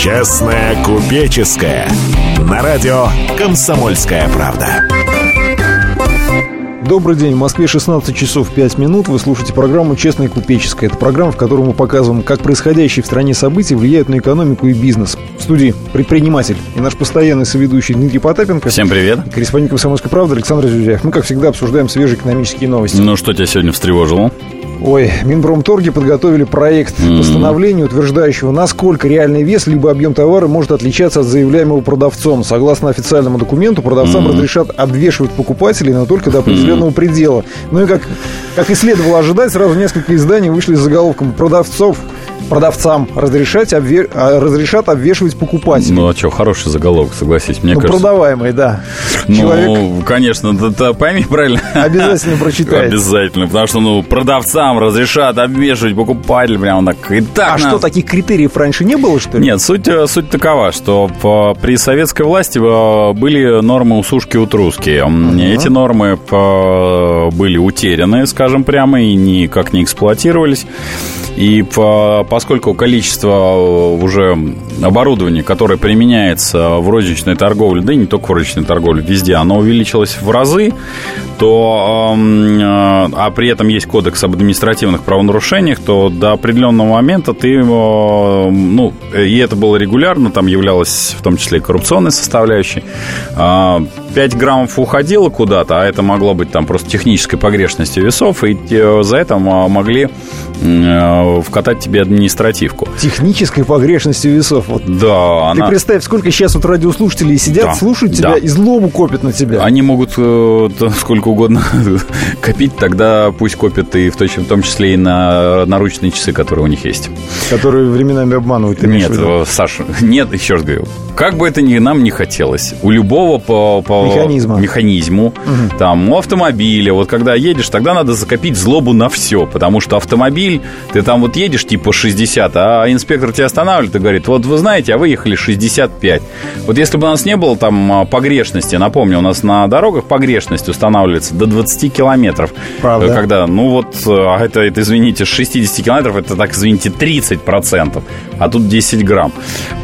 Честная купеческая. На радио «Комсомольская правда». Добрый день. В Москве 16 часов 5 минут. Вы слушаете программу «Честная купеческая». Это программа, в которой мы показываем, как происходящие в стране события влияют на экономику и бизнес. В студии предприниматель и наш постоянный соведущий Дмитрий Потапенко. Всем привет. Корреспондент «Комсомольской правды» Александр Зюзяев. Мы, как всегда, обсуждаем свежие экономические новости. Ну, что тебя сегодня встревожило? Ой, Минпромторги подготовили проект постановления, утверждающего, насколько реальный вес либо объем товара может отличаться от заявляемого продавцом. Согласно официальному документу, продавцам разрешат обвешивать покупателей, но только до определенного предела. Ну и как и следовало ожидать, сразу несколько изданий вышли с заголовком «Продавцам разрешат обвешивать покупателей». Ну, а что, хороший заголовок, согласись, мне кажется. Продаваемый, да. Ну, конечно, ты пойми правильно. Обязательно прочитай. Обязательно, потому что, продавцам разрешат обвешивать покупателей, прям так. И так что, таких критериев раньше не было, что ли? Нет, суть такова, что при советской власти были нормы усушки-утруски. Эти нормы были утеряны, скажем прямо, и никак не эксплуатировались. И поскольку количество уже оборудования, которое применяется в розничной торговле, да и не только в розничной торговле, везде, оно увеличилось в разы, то, а при этом есть кодекс об административных правонарушениях, то до определенного момента ты, и это было регулярно, там являлось в том числе и коррупционной составляющей, 5 граммов уходило куда-то, а это могло быть там просто технической погрешностью весов, и за это могли вкатать тебе административку. Технической погрешностью весов. Вот. Да. Ты представь, сколько сейчас вот радиослушателей сидят, слушают тебя и злобу копят на тебя. Они могут сколько угодно копить, тогда пусть копят и в том числе и на наручные часы, которые у них есть. Которые временами обманывают. Нет, Саша, нет, еще раз говорю, как бы это нам не хотелось, у любого по механизму там, у автомобиля, вот когда едешь, тогда надо закопить злобу на все, потому что автомобиль, ты там вот едешь типа 60, а инспектор тебя останавливает и говорит, вот вы знаете, а вы ехали 65. Вот если бы у нас не было там погрешности, напомню, у нас на дорогах погрешность устанавливается до 20 километров. Правда? Когда, это, извините, с 60 километров, это, так, извините, 30%, а тут 10 грамм.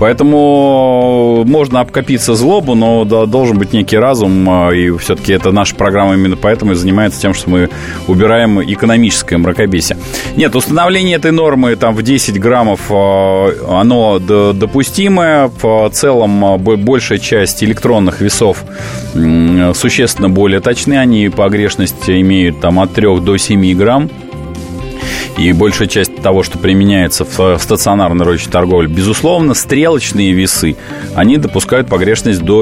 Поэтому можно обкопиться злобу, но должен быть некий разум, и все-таки это наша программа именно поэтому и занимается тем, что мы убираем экономическое мракобесие. Нет, установление этой нормы там в 10 граммов, оно допустимое. В целом большая часть электронных весов существенно более точны. Они погрешность имеют там от 3 до 7 грамм. И большая часть того, что применяется в стационарной розничной торговле, безусловно, стрелочные весы, они допускают погрешность до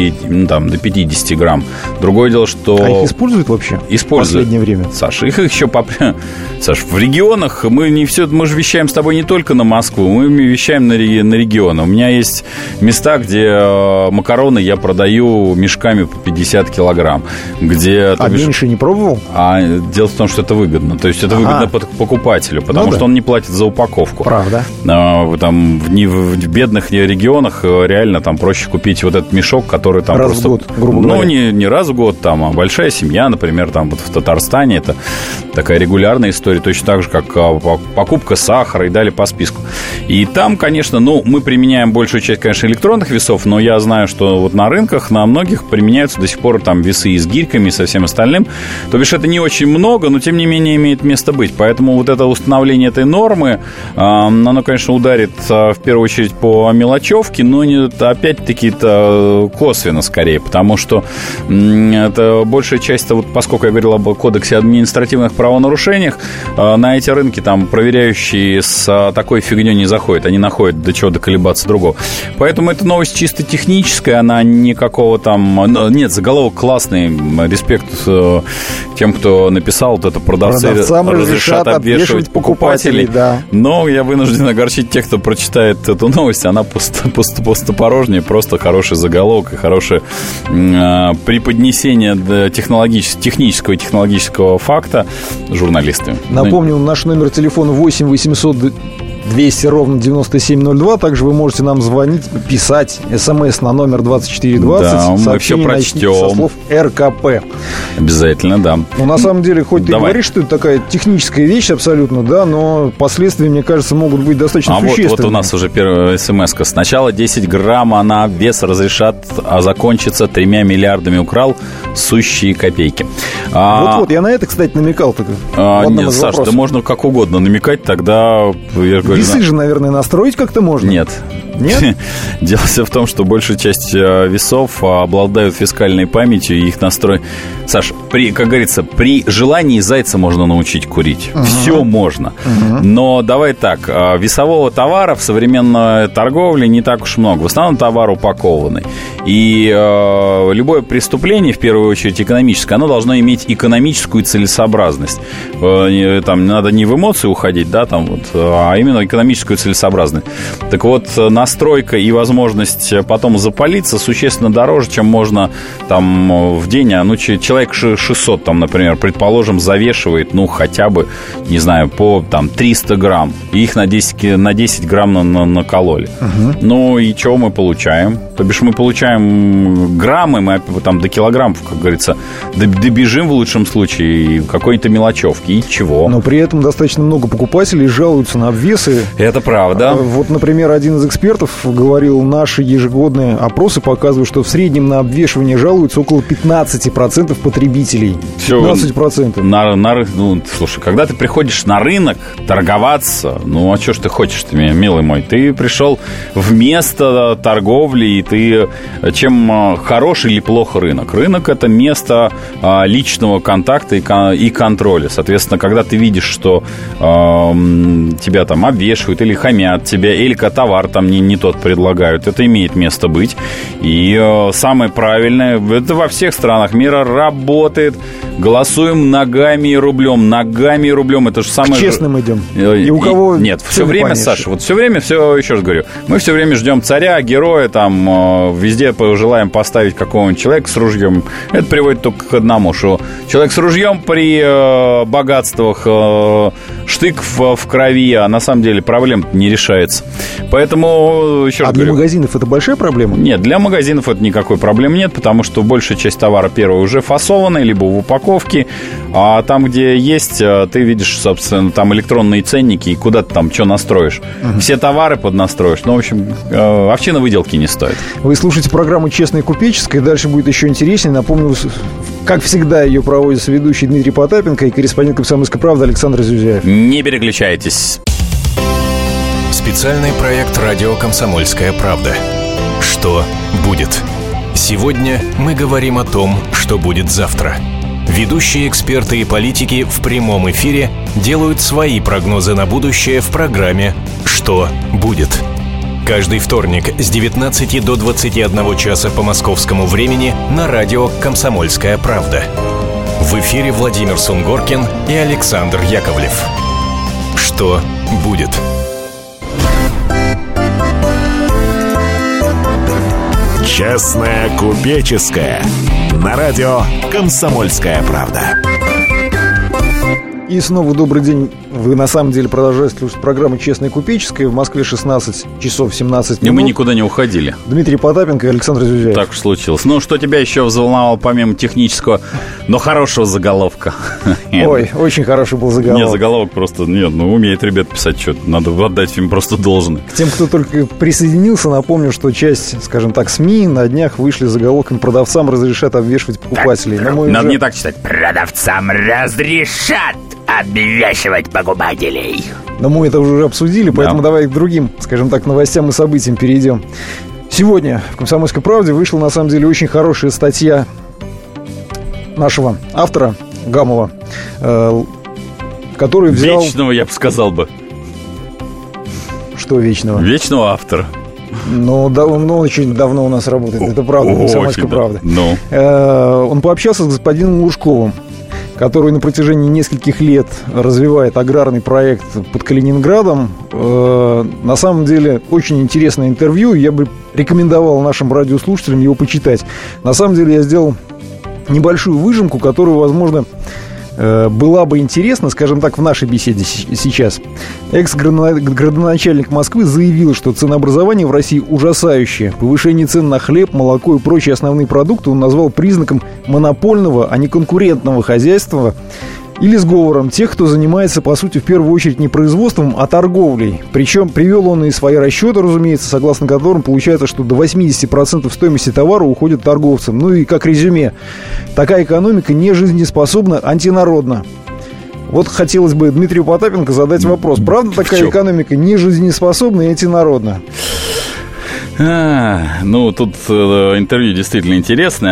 50 грамм. Другое дело, что... А их используют вообще? Используют. В последнее время? Саша, их еще... Саш, в регионах мы же вещаем с тобой не только на Москву, мы вещаем на регионы. У меня есть места, где макароны я продаю мешками по 50 килограмм. Где, меньше не пробовал? Дело в том, что это выгодно. То есть это выгодно покупателю, потому что он не платит за упаковку. Правда. Там в бедных регионах реально там проще купить вот этот мешок, который там раз в год, грубо говоря. Не раз в год, там, а большая семья, например, там вот в Татарстане, это такая регулярная история, точно так же, как покупка сахара и далее по списку. И там, конечно, мы применяем большую часть, конечно, электронных весов, но я знаю, что вот на рынках, на многих применяются до сих пор там весы и с гирьками, и со всем остальным. То бишь, это не очень много, но, тем не менее, имеет место быть. Поэтому вот это установление этой нормы, оно, конечно, ударит в первую очередь по мелочевке, но опять-таки это косвенно скорее, потому что это большая часть, вот поскольку я говорил об кодексе административных правонарушениях, на эти рынки там проверяющие с такой фигней не заходят, они находят до чего доколебаться другого. Поэтому эта новость чисто техническая, она никакого там... Нет, заголовок классный, респект тем, кто написал вот это, продавцам разрешат обвешивать покупателей. Да. Но я вынужден огорчить тех, кто прочитает эту новость. Она пустопорожняя, просто хороший заголовок и хорошее преподнесение технического и технологического факта журналистами. Напомню, наш номер телефона 8 800 200-97-02. Также вы можете нам звонить, писать смс на номер 2420. Да, мы все прочтем. Со слов РКП. Обязательно, да. Ну, на самом деле, хоть ты говоришь, что это такая техническая вещь абсолютно, да, но последствия, мне кажется, могут быть достаточно существенными. Вот у нас уже первая смс-ка. Сначала 10 грамм на обвес разрешат, а закончится 3 миллиардами украл, сущие копейки. Вот-вот, я на это, кстати, намекал. Нет, Саш, да можно как угодно намекать, тогда... Весы же, наверное, настроить как-то можно. Нет. Нет? Дело все в том, что большая часть весов обладают фискальной памятью, и их настрой... Саш, как говорится, при желании зайца можно научить курить. Все можно. Но давай так, весового товара в современной торговле не так уж много. В основном товар упакованный. И любое преступление, в первую очередь экономическое, оно должно иметь экономическую целесообразность. Там надо не в эмоции уходить, да, там вот, а именно экономическую целесообразность. Так вот, настройка и возможность потом запалиться существенно дороже, чем можно там в день. Человек 600, там, например, предположим, завешивает, хотя бы, не знаю, по там 300 грамм. И их на 10 грамм накололи. Ну, и чего мы получаем? То бишь мы получаем граммы, мы там до килограммов, как говорится, добежим в лучшем случае какой-то мелочевки. И чего? Но при этом достаточно много покупателей жалуются на обвесы. Это правда. Вот, например, один из экспертов говорил, наши ежегодные опросы показывают, что в среднем на обвешивание жалуются около 15% потребителей. 15%. Слушай, когда ты приходишь на рынок торговаться, а что ж ты хочешь-то, милый мой? Ты пришел в место торговли, и ты... Чем хорош или плох рынок? Рынок – это место личного контакта и контроля. Соответственно, когда ты видишь, что тебя там обвешивают или хамят тебя, или товар там не тот предлагают, это имеет место быть. И самое правильное, это во всех странах мира работает. Голосуем ногами и рублем. Ногами и рублем. Это же самое... К честным идем. И у кого... Нет, все время, Саша, вот все время, еще раз говорю, мы все время ждем царя, героя, там, везде желаем поставить какого-нибудь человека с ружьем. Это приводит только к одному, что человек с ружьем при богатствах, штык в крови, а на самом деле проблем не решается. Поэтому, еще раз говорю... для магазинов это большая проблема? Нет, для магазинов это никакой проблемы нет, потому что большая часть товара, первая, уже фасованная, либо в упаковке, а там, где есть, ты видишь, собственно, там электронные ценники, и куда ты там что настроишь. Все товары поднастроишь. В общем, овчина выделки не стоит. Вы слушаете программу «Честная купеческая». Дальше будет еще интереснее. Напомню, как всегда, ее проводят соведущий Дмитрий Потапенко и корреспондент «Комсомольской правды» Александр Зюзяев. Не переключайтесь. Специальный проект «Радио Комсомольская правда». Что будет? Сегодня мы говорим о том, что будет завтра. Ведущие эксперты и политики в прямом эфире делают свои прогнозы на будущее в программе «Что будет?». Каждый вторник с 19 до 21 часа по московскому времени на радио «Комсомольская правда». В эфире Владимир Сунгоркин и Александр Яковлев. Что будет? Честная купеческая. На радио «Комсомольская правда». И снова добрый день. Вы на самом деле продолжаете слушать программу «Честная купеческая». В Москве 16 часов 17 минут. И мы никуда не уходили. Дмитрий Потапенко и Александр Зюзяев. Так уж случилось. Что тебя еще взволновало, помимо технического, но хорошего заголовка? Ой, очень хороший был заголовок. Нет, заголовок просто... умеет ребят писать что-то. Надо отдать им просто должное. Тем, кто только присоединился, напомню, что часть, скажем так, СМИ на днях вышли с заголовком «Продавцам разрешат обвешивать покупателей». Надо не так читать. Продавцам разрешат обвешивать покупателей. Но мы это уже обсудили, поэтому давай к другим, скажем так, новостям и событиям перейдем. Сегодня в «Комсомольской правде» вышла, на самом деле, очень хорошая статья нашего автора Гамова, который взял... Вечного, я бы сказал бы. Что вечного? Вечного автора. Он очень давно у нас работает, это правда, «Комсомольская правда». Он пообщался с господином Лужковым, который на протяжении нескольких лет развивает аграрный проект под Калининградом. На самом деле, очень интересное интервью. Я бы рекомендовал нашим радиослушателям его почитать. На самом деле, я сделал небольшую выжимку, которую, возможно, была бы интересна, скажем так, в нашей беседе сейчас. Экс-градоначальник Москвы заявил, что ценообразование в России ужасающее. Повышение цен на хлеб, молоко и прочие основные продукты он назвал признаком монопольного, а не конкурентного хозяйства или сговором тех, кто занимается, по сути, в первую очередь не производством, а торговлей. Причем привел он и свои расчеты, разумеется, согласно которым получается, что до 80% стоимости товара уходит торговцам. Ну и как резюме, такая экономика не жизнеспособна, антинародна. Вот хотелось бы Дмитрию Потапенко задать вопрос. Правда такая экономика не жизнеспособна и антинародна? Ну, тут интервью действительно интересное,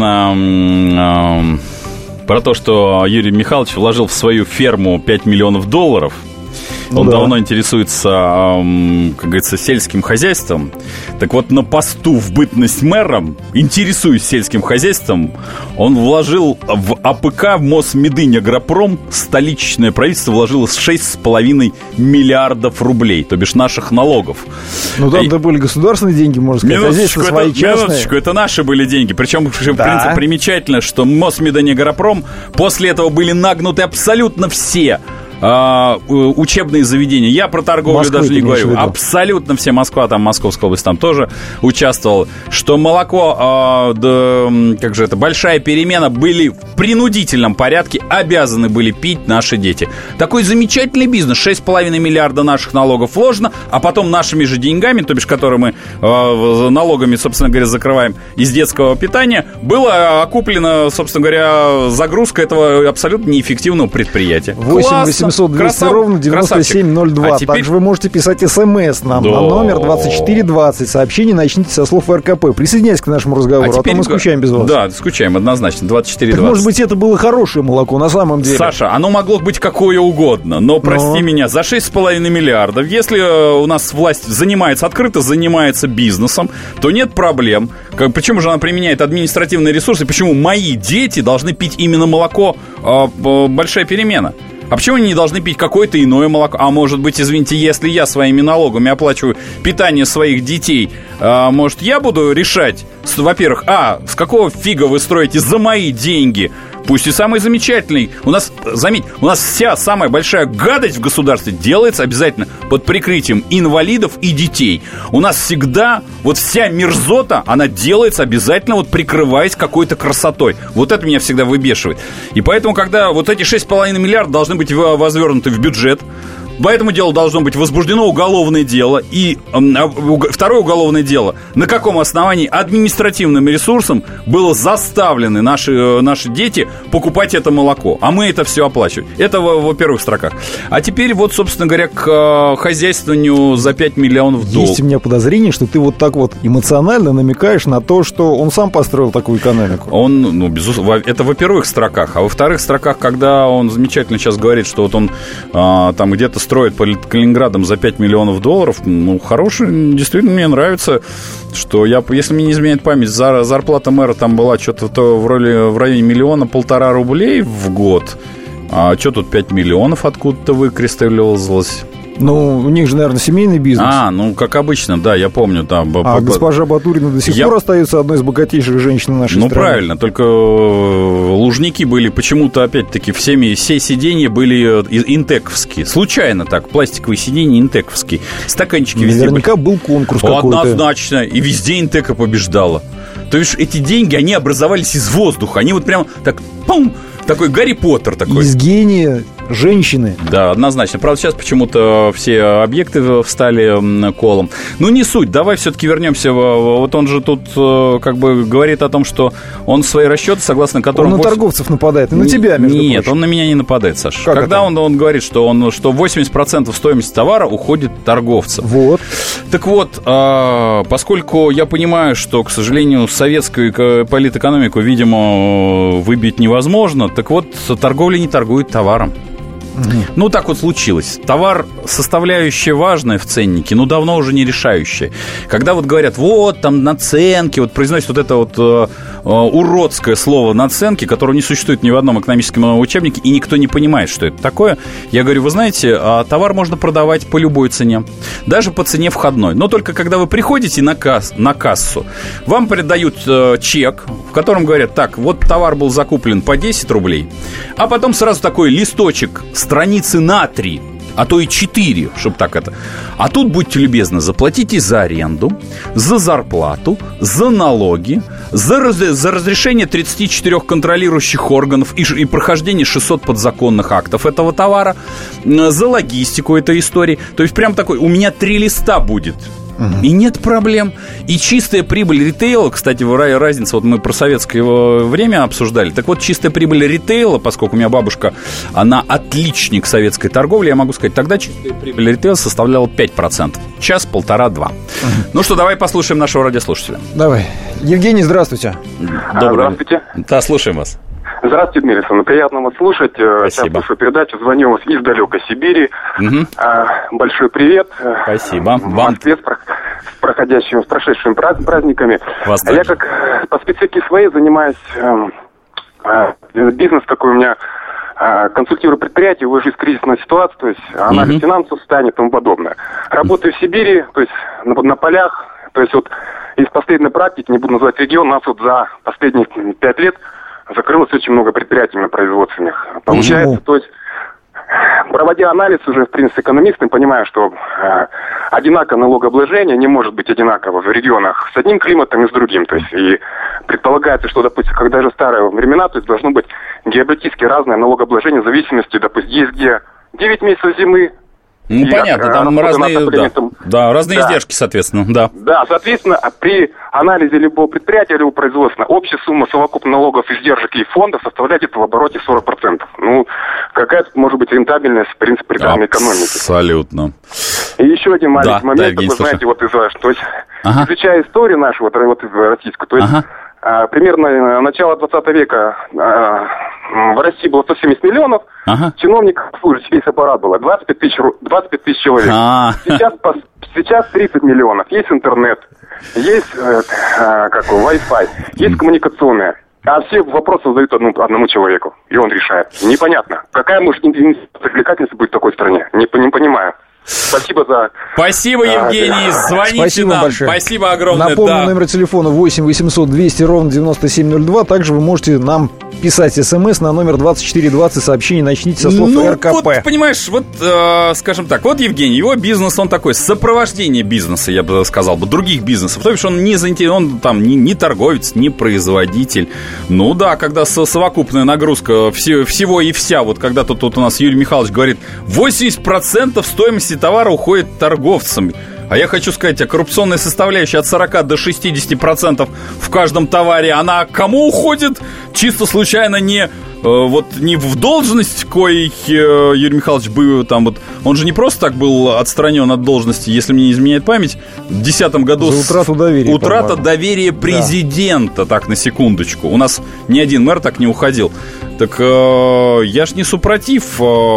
особенно про то, что Юрий Михайлович вложил в свою ферму $5 миллионов. Он давно интересуется, как говорится, сельским хозяйством. Так вот, на посту в бытность мэром, интересуясь сельским хозяйством, он вложил в АПК, в Мосмедынь-Агропром, столичное правительство вложило 6,5 миллиардов рублей, то бишь наших налогов. Ну, там-то были государственные деньги, можно сказать, а здесь свои частные. Минуточку, это наши были деньги. Причем, в принципе, примечательно, что Мосмедынь-Агропром, после этого были нагнуты абсолютно все учебные заведения. Я про торговлю Москвы даже не говорю. Абсолютно все. Москва, там Московская область там тоже участвовала. Что молоко, большая перемена, были в принудительном порядке обязаны были пить наши дети. Такой замечательный бизнес. 6,5 миллиарда наших налогов вложено, а потом нашими же деньгами, то бишь, которые мы налогами, собственно говоря, закрываем из детского питания, была окуплена, собственно говоря, загрузка этого абсолютно неэффективного предприятия. 8 200 ровно 9702. Теперь... Также вы можете писать СМС нам на номер 2420. Сообщение начните со слов РКП. Присоединяйтесь к нашему разговору, а то мы скучаем без вас. Да, скучаем однозначно. 2420. Так, может быть, это было хорошее молоко на самом деле. Саша, оно могло быть какое угодно, но, прости меня, за 6,5 миллиардов, если у нас власть открыто занимается бизнесом, то нет проблем. Почему же она применяет административные ресурсы? Почему мои дети должны пить именно молоко «Большая перемена»? А почему они не должны пить какое-то иное молоко? А может быть, извините, если я своими налогами оплачиваю питание своих детей, может, я буду решать, во-первых, с какого фига вы строите за мои деньги? Пусть и самый замечательный. У нас, заметь, вся самая большая гадость в государстве делается обязательно под прикрытием инвалидов и детей. У нас всегда вся мерзота, она делается обязательно прикрываясь какой-то красотой. Вот это меня всегда выбешивает. И поэтому, когда эти 6,5 миллиардов должны быть возвернуты в бюджет, по этому делу должно быть возбуждено уголовное дело. И второе уголовное дело. На каком основании административным ресурсом было заставлены наши дети покупать это молоко? А мы это все оплачиваем. Это во первых строках. А теперь собственно говоря, к хозяйствованию за 5 миллионов долларов. Есть у меня подозрение, что ты так эмоционально намекаешь на то, что он сам построил такую экономику. Он, безусловно, это во первых строках. А во вторых строках, когда он замечательно сейчас говорит, что он там где-то строит под Калининградом за 5 миллионов долларов, хороший, действительно, мне нравится, что если мне не изменяет память, зарплата мэра там была что-то в районе 1,5 миллиона рублей в год, а что тут 5 миллионов откуда-то выкристаллизовалось? У них же, наверное, семейный бизнес. Как обычно, да, я помню. Госпожа Батурина до сих пор остается одной из богатейших женщин нашей страны. Правильно, только Лужники были почему-то, опять-таки, все сиденья были интековские. Случайно так, пластиковые сиденья интековские. Стаканчики везде наверняка был конкурс какой-то. Однозначно, и везде Интека побеждала. То есть эти деньги, они образовались из воздуха. Они прям так, такой Гарри Поттер такой. Из гения женщины. Да, однозначно. Правда, сейчас почему-то все объекты встали колом. Не суть. Давай все-таки вернемся. Он же тут говорит о том, что он свои расчеты, согласно которым... Он на торговцев нападает, и на тебя, между прочим. Нет, он на меня не нападает, Саша. Когда он говорит, что 80% стоимости товара уходит торговцам. Так поскольку я понимаю, что, к сожалению, советскую политэкономику, видимо, выбить невозможно, так торговля не торгует товаром. Ну, так вот случилось. Товар составляющая важная в ценнике, но давно уже не решающая. Когда вот говорят, вот там наценки, вот произносят вот это вот уродское слово наценки, которое не существует ни в одном экономическом учебнике, и никто не понимает, что это такое. Я говорю, вы знаете, товар можно продавать по любой цене, даже по цене входной. Но только когда вы приходите на кассу, вам передают чек, в котором говорят, так, вот товар был закуплен по 10 рублей, а потом сразу такой листочек, страницы на 3, а то и 4, чтобы так это. А тут, будьте любезны, заплатите за аренду, за зарплату, за налоги, за разрешение 34 контролирующих органов и прохождение 600 подзаконных актов этого товара, за логистику этой истории. То есть прям такой, у меня 3 листа будет. И нет проблем. И чистая прибыль ритейла, кстати, разница, вот мы про советское время обсуждали. Так вот, чистая прибыль ритейла, поскольку у меня бабушка, она отличник советской торговли, я могу сказать, тогда чистая прибыль ритейла составляла 5%. Час, 1,5-2. Ну что, давай послушаем нашего радиослушателя. Давай. Евгений, здравствуйте. Здравствуйте. Да, слушаем вас. Здравствуйте, Дмитрий Александрович. Приятно вас слушать. Спасибо. Сейчас слушаю передачу. Звоню вас из далекой Сибири. Большой привет. Спасибо. В Москве с прошедшими праздниками. Я как по специфике своей занимаюсь бизнес такой у меня. Консультирую предприятия, выхожу из кризисной ситуации, то есть анализ финансового состояния и тому подобное. Работаю в Сибири, то есть на полях. То есть вот из последней практики, не буду называть регион, у нас вот за последние 5 лет закрылось очень много предприятий производственных. Получается, то есть, проводя анализ уже, в принципе, экономистами, понимаю, что одинаковое налогообложение не может быть одинаково в регионах с одним климатом и с другим. То есть, и предполагается, что, допустим, когда же старые времена, то есть должно быть географически разное налогообложение в зависимости, допустим, есть где 9 месяцев зимы. Ну, понятно, там разные, разные издержки, соответственно, да. Да, соответственно, при анализе любого предприятия, любого производства, общая сумма совокупных налогов, издержек и фондов составляет где-то в обороте 40%. Ну, какая тут может быть рентабельность, в принципе, при данной экономике. Абсолютно. И еще один маленький момент, вы знаете, вот то есть, изучая историю нашу, вот российскую, то есть, примерно начало 20 века в России было 170 миллионов, чиновников, весь аппарат было 25 тысяч человек. Сейчас 30 миллионов. Есть интернет, есть Wi-Fi, есть коммуникационная. А все вопросы задают одному человеку, и он решает. Непонятно. Какая может привлекательность будет в такой стране? Не понимаю. Спасибо за... Спасибо, Евгений, звоните Спасибо нам. большое. Спасибо огромное. Напомню, номер телефона 8 800 200 ровно 9702. Также вы можете нам писать смс на номер 2420. Сообщение начните со слов РКП. Вот, понимаешь, вот, скажем так, вот Евгений, его бизнес, он такой, сопровождение бизнеса, я бы сказал, других бизнесов. То есть он не заинтересован, он там не торговец, не производитель. Ну да, когда совокупная нагрузка всего и вся, вот когда тут у нас Юрий Михайлович говорит, 80% стоимости товара уходит торговцам. А я хочу сказать, коррупционная составляющая от 40 до 60% в каждом товаре, она кому уходит? Чисто случайно не в должность, коей Юрий Михайлович был там вот. Он же не просто так был отстранен от должности, если мне не изменяет память, в 2010 году. За утрату доверия. Утрата доверия президента, так, на секундочку. У нас ни один мэр так не уходил. Так я ж не супротив,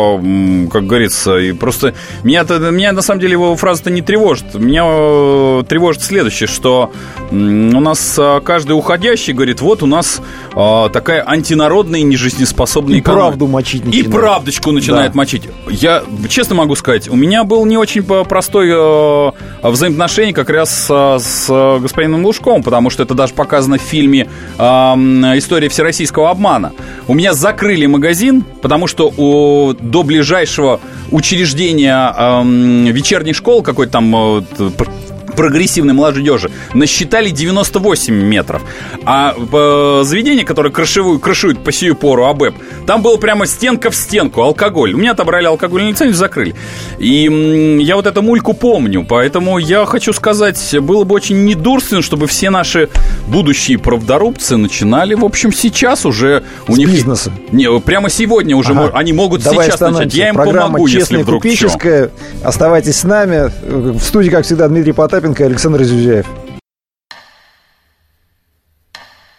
как говорится. И просто меня на самом деле его фраза-то не тревожит. Меня тревожит следующее, что у нас каждый уходящий говорит, вот у нас такая антинародная и нежизнеспособная экономика. И правду мочить начинает. И правдочку начинает мочить. Я честно могу сказать, у меня был не очень простой взаимоотношение как раз с господином Лужковым, потому что это даже показано в фильме «История всероссийского обмана». У меня закрыли магазин, потому что до ближайшего учреждения вечерней школы, какой-то там прогрессивной молодежи, насчитали 98 метров. А заведение, которое крышует по сию пору АБЭП, там было прямо стенка в стенку, алкоголь. У меня отобрали алкогольную лицензию, закрыли. И я вот эту мульку помню, поэтому я хочу сказать, было бы очень недурственно, чтобы все наши будущие правдорубцы начинали, в общем, сейчас уже у них... бизнеса. Не, прямо сегодня уже они могут сейчас начать. Я им помогу, если вдруг купеческая. Оставайтесь с нами. В студии, как всегда, Дмитрий Потапенко и Александр Зюзяев.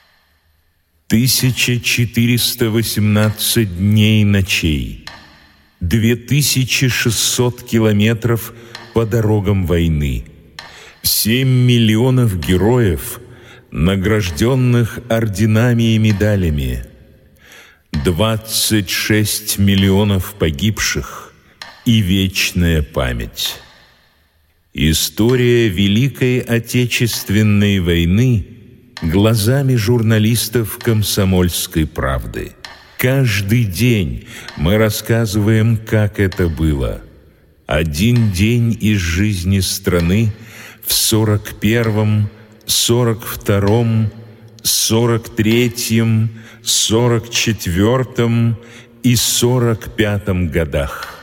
1418 дней и ночей. 2600 километров по дорогам войны, 7 миллионов героев, награжденных орденами и медалями, 26 миллионов погибших и вечная память. История Великой Отечественной войны глазами журналистов «Комсомольской правды». Каждый день мы рассказываем, как это было. Один день из жизни страны в 41-м, 42-м, 43-м, 44-м и 45-м годах.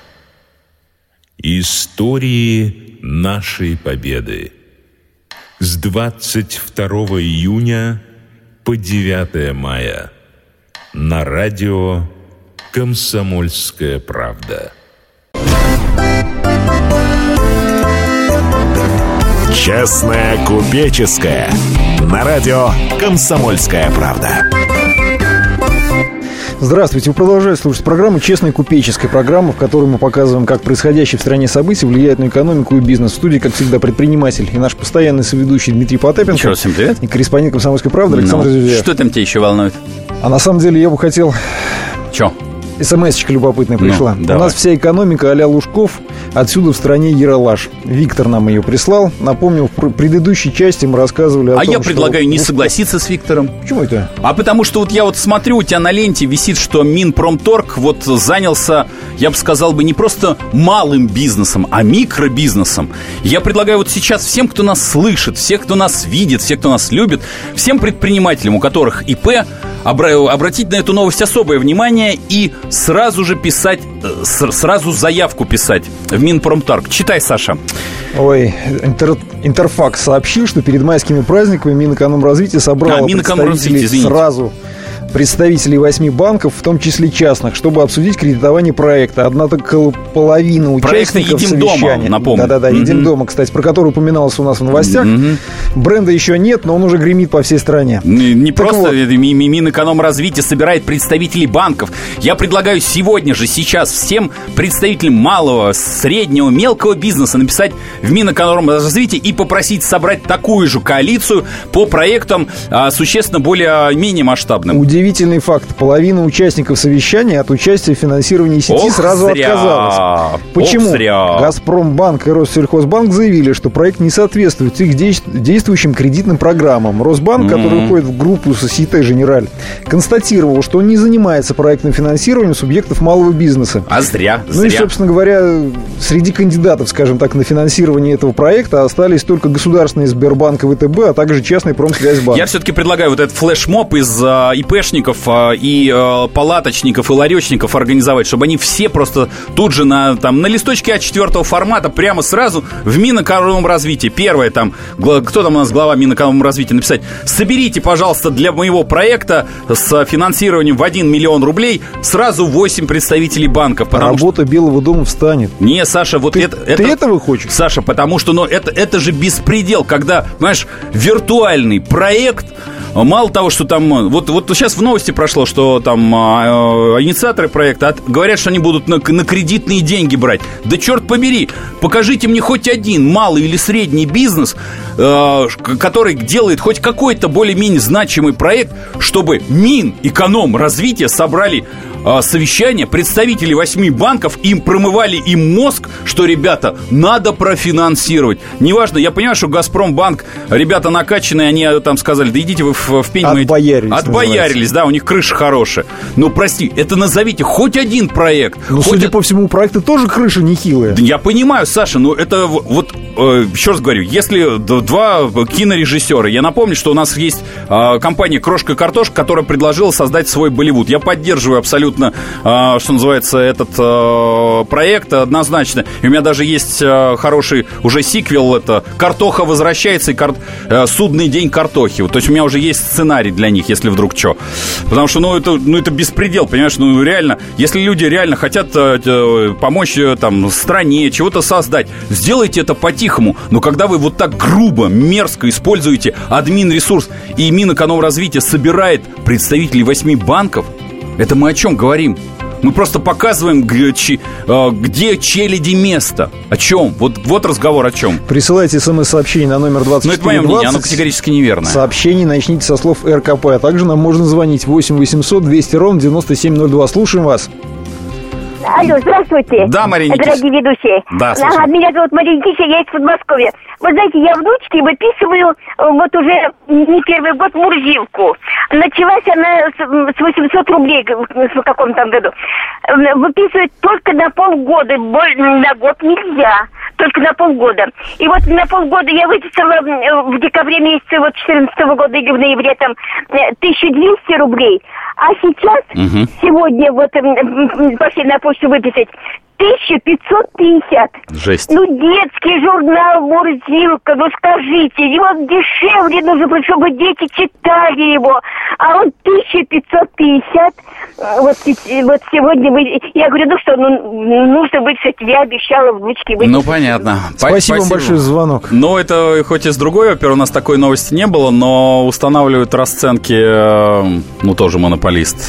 Истории нашей победы. С 22 июня по 9 мая. На радио «Комсомольская правда». Честная купеческая. На радио «Комсомольская правда». Здравствуйте, вы продолжаете слушать программу «Честная купеческая», программа, в которой мы показываем, как происходящие в стране события влияют на экономику и бизнес. В студии, как всегда, предприниматель и наш постоянный соведущий Дмитрий Потапенко. Еще раз всем привет. И корреспондент «Комсомольской правды» Александр Зюзяев. Что там тебя еще волнует? А на самом деле я бы хотел... Че? СМС-очка любопытная пришла. У нас вся экономика а-ля Лужков, отсюда в стране яролаж. Виктор нам ее прислал. Напомню, в предыдущей части мы рассказывали о том, я предлагаю не согласиться с Виктором. Почему это? А потому что я смотрю, у тебя на ленте висит, что Минпромторг занялся, я бы сказал не просто малым бизнесом, а микробизнесом. Я предлагаю сейчас всем, кто нас слышит, всех, кто нас видит, всех, кто нас любит, всем предпринимателям, у которых ИП, обратить на эту новость особое внимание и сразу же писать, сразу заявку писать в Минпромторг. Читай, Саша. Ой, Интерфакс сообщил, что перед майскими праздниками Минэкономразвития собрало представителей 8 банков, в том числе частных, чтобы обсудить кредитование проекта. Однако половина участников совещания... напомню. Да-да-да, «Едим дома», кстати, про который упоминалось у нас в новостях. Бренда еще нет, но он уже гремит по всей стране. Не просто Минэкономразвития собирает представителей банков. Я предлагаю сегодня же, сейчас всем представителям малого, среднего, мелкого бизнеса написать в Минэкономразвитие и попросить собрать такую же коалицию по проектам существенно более-менее масштабным. Удивительный факт. Половина участников совещания от участия в финансировании сети сразу отказалась. Почему? Газпромбанк и Россельхозбанк заявили, что проект не соответствует их действующим кредитным программам. Росбанк, который входит в группу Société Générale, констатировал, что он не занимается проектным финансированием субъектов малого бизнеса. А зря. И, собственно говоря, среди кандидатов, скажем так, на финансирование этого проекта остались только государственные Сбербанк и ВТБ, а также частный Промсвязьбанк. Я все-таки предлагаю этот флешмоб из ИПшников и палаточников и ларечников организовать, чтобы они все просто тут же на листочке А4 формата прямо сразу в Минэкономразвитие. Первое кто там у нас глава Минэкономразвития, написать: соберите, пожалуйста, для моего проекта с финансированием в 1 миллион рублей сразу 8 представителей банков. Работа Белого дома встанет. Не, Саша, ты этого хочешь? Саша, потому что это же беспредел, когда, понимаешь, виртуальный проект. Мало того, что там... Вот сейчас в новости прошло, что там инициаторы проекта говорят, что они будут на кредитные деньги брать. Да черт побери, покажите мне хоть один малый или средний бизнес, который делает хоть какой-то более-менее значимый проект, чтобы Минэкономразвитие собрали совещание представителей 8 банков, им промывали им мозг, что, ребята, надо профинансировать. Неважно, я понимаю, что Газпромбанк, ребята накачанные, они там сказали: да идите вы в пень. Отбоярились, да, у них крыша хорошая. Но, прости, это назовите хоть один проект. Судя по всему, у проекта тоже крыша нехилая. Да я понимаю, Саша, но это еще раз говорю, если 2 кинорежиссера, я напомню, что у нас есть компания «Крошка-картошка», которая предложила создать свой Болливуд. Я поддерживаю абсолютно, что называется, этот проект однозначно. И у меня даже есть хороший уже сиквел, это «Картоха возвращается» и «Судный день картохи». То есть у меня уже есть сценарий для них, если вдруг что. Потому что, это беспредел, понимаешь, реально, если люди реально хотят помочь стране, чего-то создать, сделайте это по-тихому. Но когда вы вот так грубо, мерзко используете админ-ресурс, и Минэкономразвитие собирает представителей 8 банков, это мы о чем говорим? Мы просто показываем, где челяди место. О чем? Вот разговор о чем. Присылайте смс-сообщение на номер 2420. Ну, это мое мнение, оно категорически неверно. Сообщение начните со слов РКП. А также нам можно звонить 8 800 200 ровно 9702. Слушаем вас. Алло, здравствуйте. Да, Мария Никитич. Дорогие ведущие. Да, слушаю. Меня зовут Мария Никитич, я из Подмосковья. Вы знаете, я внучке выписываю вот уже не первый год Мурзилку. Началась она с 800 рублей в каком-то там году. Выписывать только на полгода, на год нельзя. Только на полгода. И вот на полгода я выписала в декабре месяце 2014 года или в ноябре там 1200 рублей. А сейчас, сегодня вот пошли на почту выписать 1550. Жесть. Ну, детский журнал «Мурзилка», ну скажите, его дешевле нужно, чтобы дети читали его. А он 1550. Вот сегодня я говорю, нужно выписать, я обещала внучке выписать. Ну, понятно. Спасибо вам большое за звонок. Ну, это хоть и с другой оперы, у нас такой новости не было, но устанавливают расценки, тоже монополист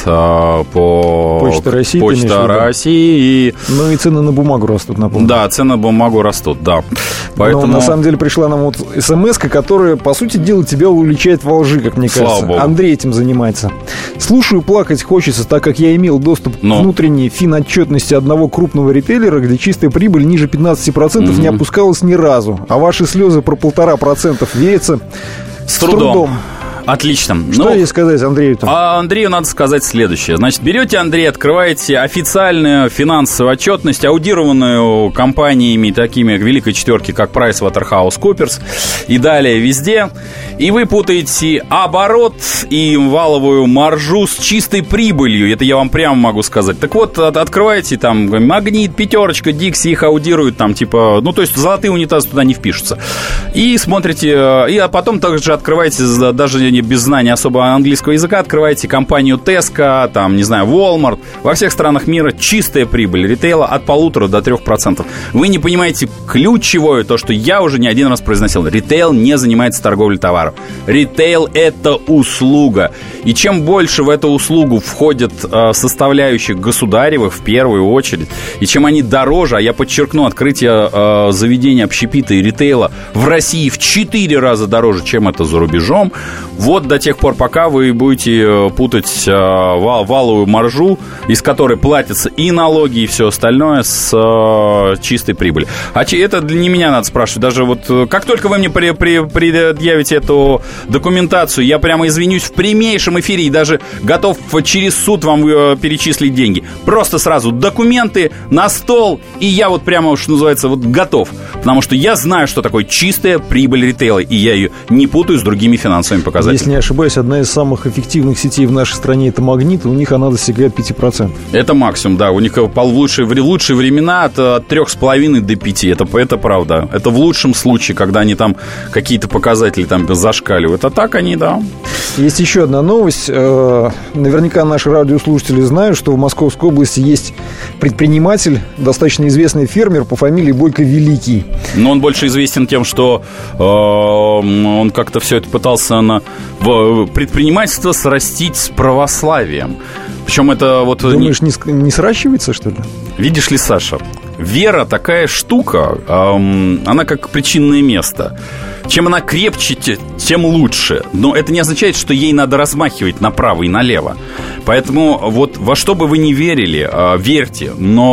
по Почта России. Почта России. Ну и цены на бумагу растут, напомню. Да, цены на бумагу растут, да. Поэтому... Но на самом деле пришла нам вот смс-ка, которая, по сути дела, тебя уличает во лжи, как мне кажется. Слава богу. Андрей этим занимается. Слушаю, плакать хочется, так как я имел доступ к внутренней финотчетности одного крупного ритейлера, где чистая прибыль ниже 15% не опускалась ни разу. А ваши слезы про 1,5% верится с трудом. Отлично. Что ей сказать Андрею-то? А Андрею надо сказать следующее. Значит, берете, Андрей, открываете официальную финансовую отчетность, аудированную компаниями такими великой четверки, как PricewaterhouseCoopers, и далее везде, и вы путаете оборот и валовую маржу с чистой прибылью. Это я вам прямо могу сказать. Так вот, открываете там Магнит, Пятерочка, Дикси, их аудируют там типа, то есть золотые унитазы туда не впишутся. И смотрите, а потом также открываете даже без знания особо английского языка, открываете компанию Tesco, там, не знаю, Walmart. Во всех странах мира чистая прибыль ритейла от 1,5 до 3%. Вы не понимаете ключевое, то, что я уже не один раз произносил. Ритейл не занимается торговлей товаров. Ритейл – это услуга. И чем больше в эту услугу входят составляющих государевых, в первую очередь, и чем они дороже, а я подчеркну, открытие заведения общепита и ритейла в России в 4 раза дороже, чем это за рубежом, вот до тех пор, пока вы будете путать валовую маржу, из которой платятся и налоги, и все остальное, с чистой прибыли. А это не меня надо спрашивать. Даже вот как только вы мне предъявите эту документацию, я прямо извинюсь в прямейшем эфире и даже готов через суд вам перечислить деньги. Просто сразу документы на стол, и я вот прямо, что называется, вот готов. Потому что я знаю, что такое чистая прибыль ритейла, и я ее не путаю с другими финансовыми показателями. Если не ошибаюсь, одна из самых эффективных сетей в нашей стране — это Магнит, и у них она достигает 5%. Это максимум, да. У них в лучшие времена от 3,5 до 5%. Это правда. Это в лучшем случае, когда они там какие-то показатели там зашкаливают. А так они, да. Есть еще одна новость. Наверняка наши радиослушатели знают, что в Московской области есть предприниматель, достаточно известный фермер по фамилии Бойко Великий. Но он больше известен тем, что он как-то все это пытался в предпринимательство срастить с православием. Причем это вот... Думаешь, не сращивается, что ли? Видишь ли, Саша, вера такая штука, она как причинное место. Чем она крепче, тем лучше. Но это не означает, что ей надо размахивать направо и налево. Поэтому вот во что бы вы ни верили, верьте.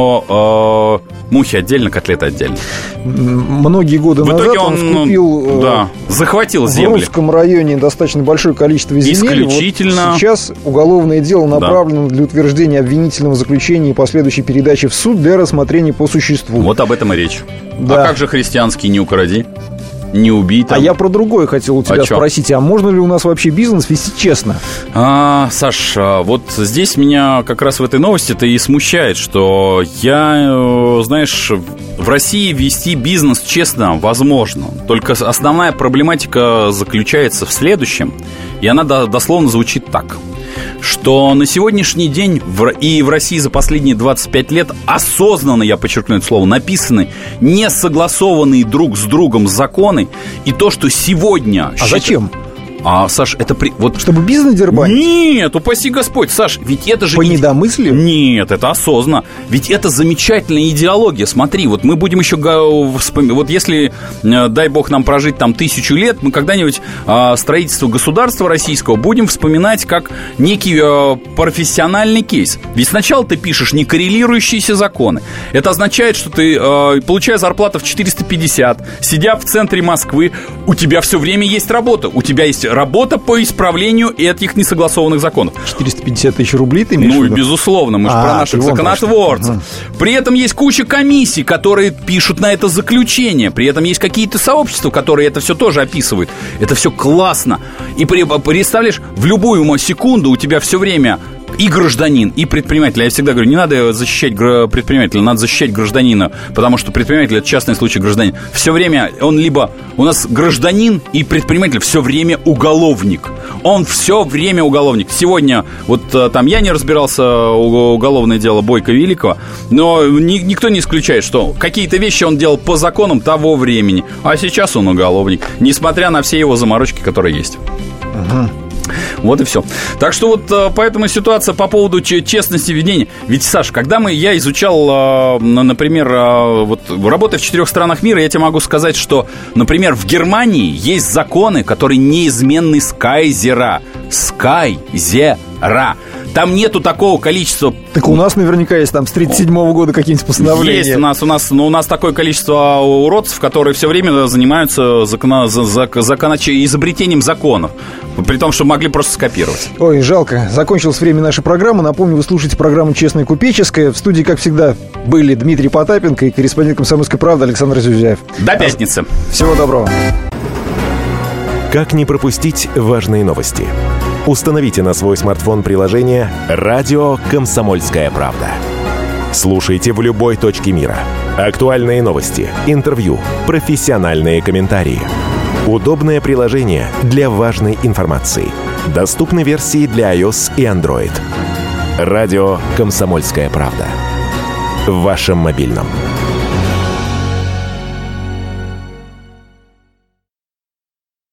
Но мухи отдельно, котлеты отдельно. Многие годы назад он скупил... захватил в земли. В Русском районе достаточно большое количество земель. Исключительно. Вот сейчас уголовное дело направлено для утверждения обвинительного заключения и последующей передачи в суд для рассмотрения по существу. Вот об этом и речь. Да. А как же христианский «не укради»? Не убей там. А я про другое хотел у тебя спросить. А можно ли у нас вообще бизнес вести честно? Саша, вот здесь меня как раз в этой новости-то и смущает, что знаешь, в России вести бизнес честно возможно. Только основная проблематика заключается в следующем, и она дословно звучит так. Что на сегодняшний день и в России за последние 25 лет осознанно, я подчеркну это слово, написаны несогласованные друг с другом законы. И то, что сегодня... А зачем? Саш, это вот... Чтобы бизнес дербанить? Нет, упаси Господь, Саш, ведь это же... По недомыслию? Нет, это осознанно. Ведь это замечательная идеология. Смотри, вот мы будем еще... Вот если, дай бог нам прожить там 1000 лет, мы когда-нибудь строительство государства российского будем вспоминать как некий профессиональный кейс. Ведь сначала ты пишешь некоррелирующиеся законы. Это означает, что ты, получая зарплату в 450, сидя в центре Москвы, у тебя все время есть работа. У тебя есть работа по исправлению этих несогласованных законов. 450 тысяч рублей ты имеешь в виду? Безусловно, мы же про наших законотворцев. При этом есть куча комиссий, которые пишут на это заключение. При этом есть какие-то сообщества, которые это все тоже описывают. Это все классно. И представляешь, в любую секунду у тебя все время и гражданин, и предприниматель. Я всегда говорю, не надо защищать предпринимателя, надо защищать гражданина, потому что предприниматель — это частный случай гражданин. Все время он либо... У нас гражданин и предприниматель все время уголовник. Он все время уголовник. Сегодня, вот там я не разбирался, уголовное дело Бойко Великого, но никто не исключает, что какие-то вещи он делал по законам того времени, а сейчас он уголовник, несмотря на все его заморочки, которые есть. Вот и все. Так что вот поэтому ситуация по поводу честности ведения. Ведь, Саш, когда я изучал, например, вот работая в 4 странах мира, я тебе могу сказать, что, например, в Германии есть законы, которые неизменны с кайзера. С кайзера. Там нету такого количества... Так у нас наверняка есть там с 1937 года какие-нибудь постановления. Есть у нас такое количество уродцев, которые все время занимаются изобретением законов. При том, что могли просто скопировать. Ой, жалко. Закончилось время нашей программы. Напомню, вы слушаете программу «Честная купеческая». В студии, как всегда, были Дмитрий Потапенко и корреспондент «Комсомольской правды» Александр Зюзяев. До пятницы. Всего доброго. Как не пропустить важные новости? Установите на свой смартфон приложение «Радио Комсомольская правда». Слушайте в любой точке мира. Актуальные новости, интервью, профессиональные комментарии. Удобное приложение для важной информации. Доступны версии для iOS и Android. «Радио Комсомольская правда». В вашем мобильном.